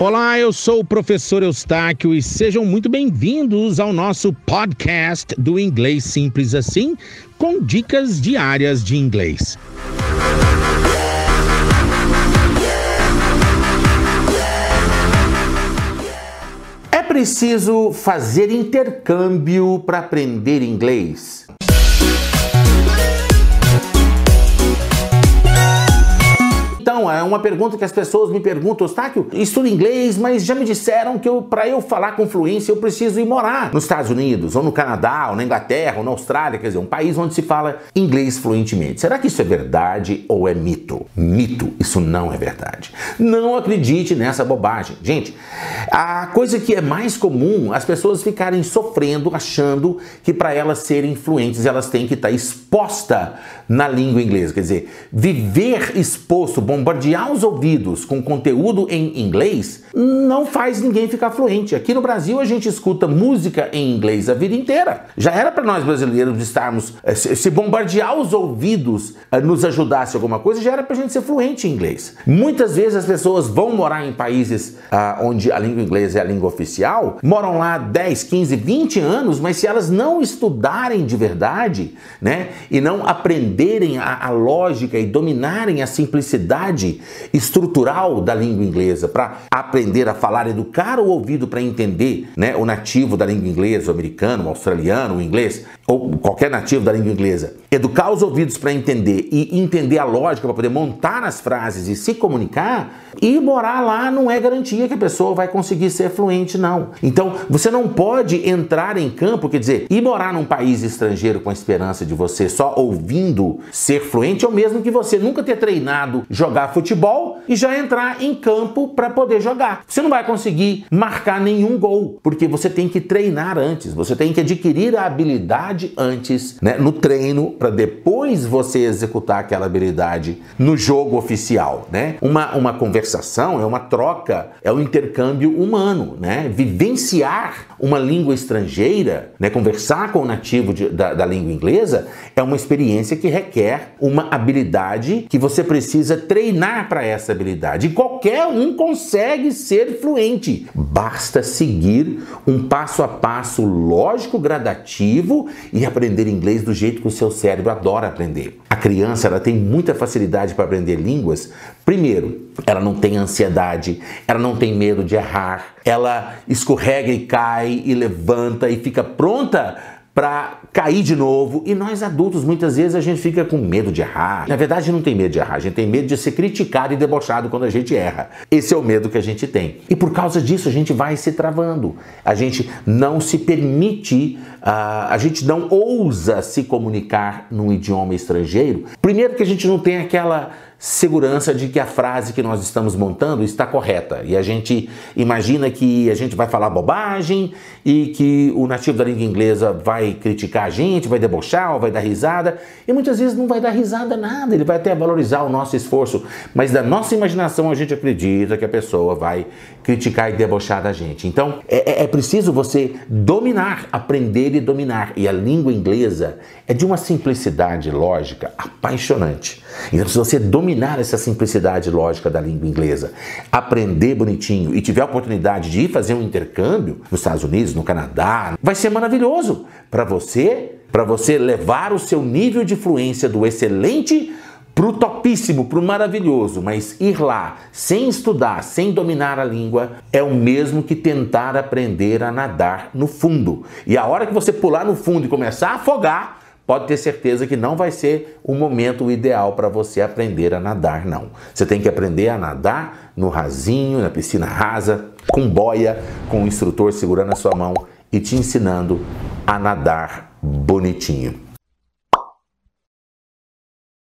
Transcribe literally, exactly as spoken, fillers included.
Olá, eu sou o professor Eustáquio e sejam muito bem-vindos ao nosso podcast do Inglês Simples Assim, com dicas diárias de inglês. É preciso fazer intercâmbio para aprender inglês? Então, é uma pergunta que as pessoas me perguntam: Eustáquio, estudo inglês, mas já me disseram que para eu falar com fluência eu preciso ir morar nos Estados Unidos, ou no Canadá, ou na Inglaterra, ou na Austrália, quer dizer, um país onde se fala inglês fluentemente. Será que isso é verdade ou é mito? Mito, isso não é verdade. Não acredite nessa bobagem. Gente, a coisa que é mais comum, as pessoas ficarem sofrendo, achando que para elas serem fluentes, elas têm que estar expostas na língua inglesa. Quer dizer, viver exposto, bombardear os ouvidos com conteúdo em inglês não faz ninguém ficar fluente. Aqui no Brasil a gente escuta música em inglês a vida inteira. Já era para nós brasileiros estarmos, se bombardear os ouvidos nos ajudasse alguma coisa, já era para a gente ser fluente em inglês. Muitas vezes as pessoas vão morar em países ah, onde a língua inglesa é a língua oficial, moram lá dez, quinze, vinte anos, mas se elas não estudarem de verdade, né, e não aprenderem a, a lógica e dominarem a simplicidade estrutural da língua inglesa para aprender a falar, educar o ouvido para entender, né, o nativo da língua inglesa, o americano, o australiano, o inglês, ou qualquer nativo da língua inglesa, educar os ouvidos para entender e entender a lógica para poder montar as frases e se comunicar, e morar lá não é garantia que a pessoa vai conseguir ser fluente, não. Então, você não pode entrar em campo, quer dizer, ir morar num país estrangeiro com a esperança de você só ouvindo ser fluente, ou mesmo que você nunca ter treinado jogar futebol e já entrar em campo para poder jogar. Você não vai conseguir marcar nenhum gol, porque você tem que treinar antes, você tem que adquirir a habilidade antes, né, no treino, para depois você executar aquela habilidade no jogo oficial, né? Uma, uma conversação é uma troca, é um intercâmbio humano, né? Vivenciar uma língua estrangeira, né, conversar com o nativo de, da, da língua inglesa, é uma experiência que requer uma habilidade que você precisa treinar para essa habilidade. E qualquer um consegue ser fluente. Basta seguir um passo a passo lógico, gradativo e aprender inglês do jeito que o seu cérebro adora aprender. A criança, ela tem muita facilidade para aprender línguas. Primeiro, ela não tem ansiedade, ela não tem medo de errar, ela escorrega e cai e levanta e fica pronta para cair de novo. E nós adultos, muitas vezes a gente fica com medo de errar. Na verdade, não tem medo de errar, a gente tem medo de ser criticado e debochado quando a gente erra. Esse é o medo que a gente tem. E por causa disso a gente vai se travando. A gente não se permite, uh, a gente não ousa se comunicar num idioma estrangeiro. Primeiro que a gente não tem aquela segurança de que a frase que nós estamos montando está correta. E a gente imagina que a gente vai falar bobagem e que o nativo da língua inglesa vai criticar a gente, vai debochar ou vai dar risada. E muitas vezes não vai dar risada nada, ele vai até valorizar o nosso esforço. Mas da nossa imaginação a gente acredita que a pessoa vai criticar e debochar da gente. Então é, é preciso você dominar, aprender e dominar. E a língua inglesa é de uma simplicidade lógica apaixonante. Então se você dominar essa simplicidade lógica da língua inglesa, aprender bonitinho e tiver a oportunidade de ir fazer um intercâmbio nos Estados Unidos, no Canadá, vai ser maravilhoso para você, para você levar o seu nível de fluência do excelente pro topíssimo, pro maravilhoso. Mas ir lá sem estudar, sem dominar a língua, é o mesmo que tentar aprender a nadar no fundo. E a hora que você pular no fundo e começar a afogar, pode ter certeza que não vai ser o momento ideal para você aprender a nadar, não. Você tem que aprender a nadar no rasinho, na piscina rasa, com boia, com o instrutor segurando a sua mão e te ensinando a nadar bonitinho.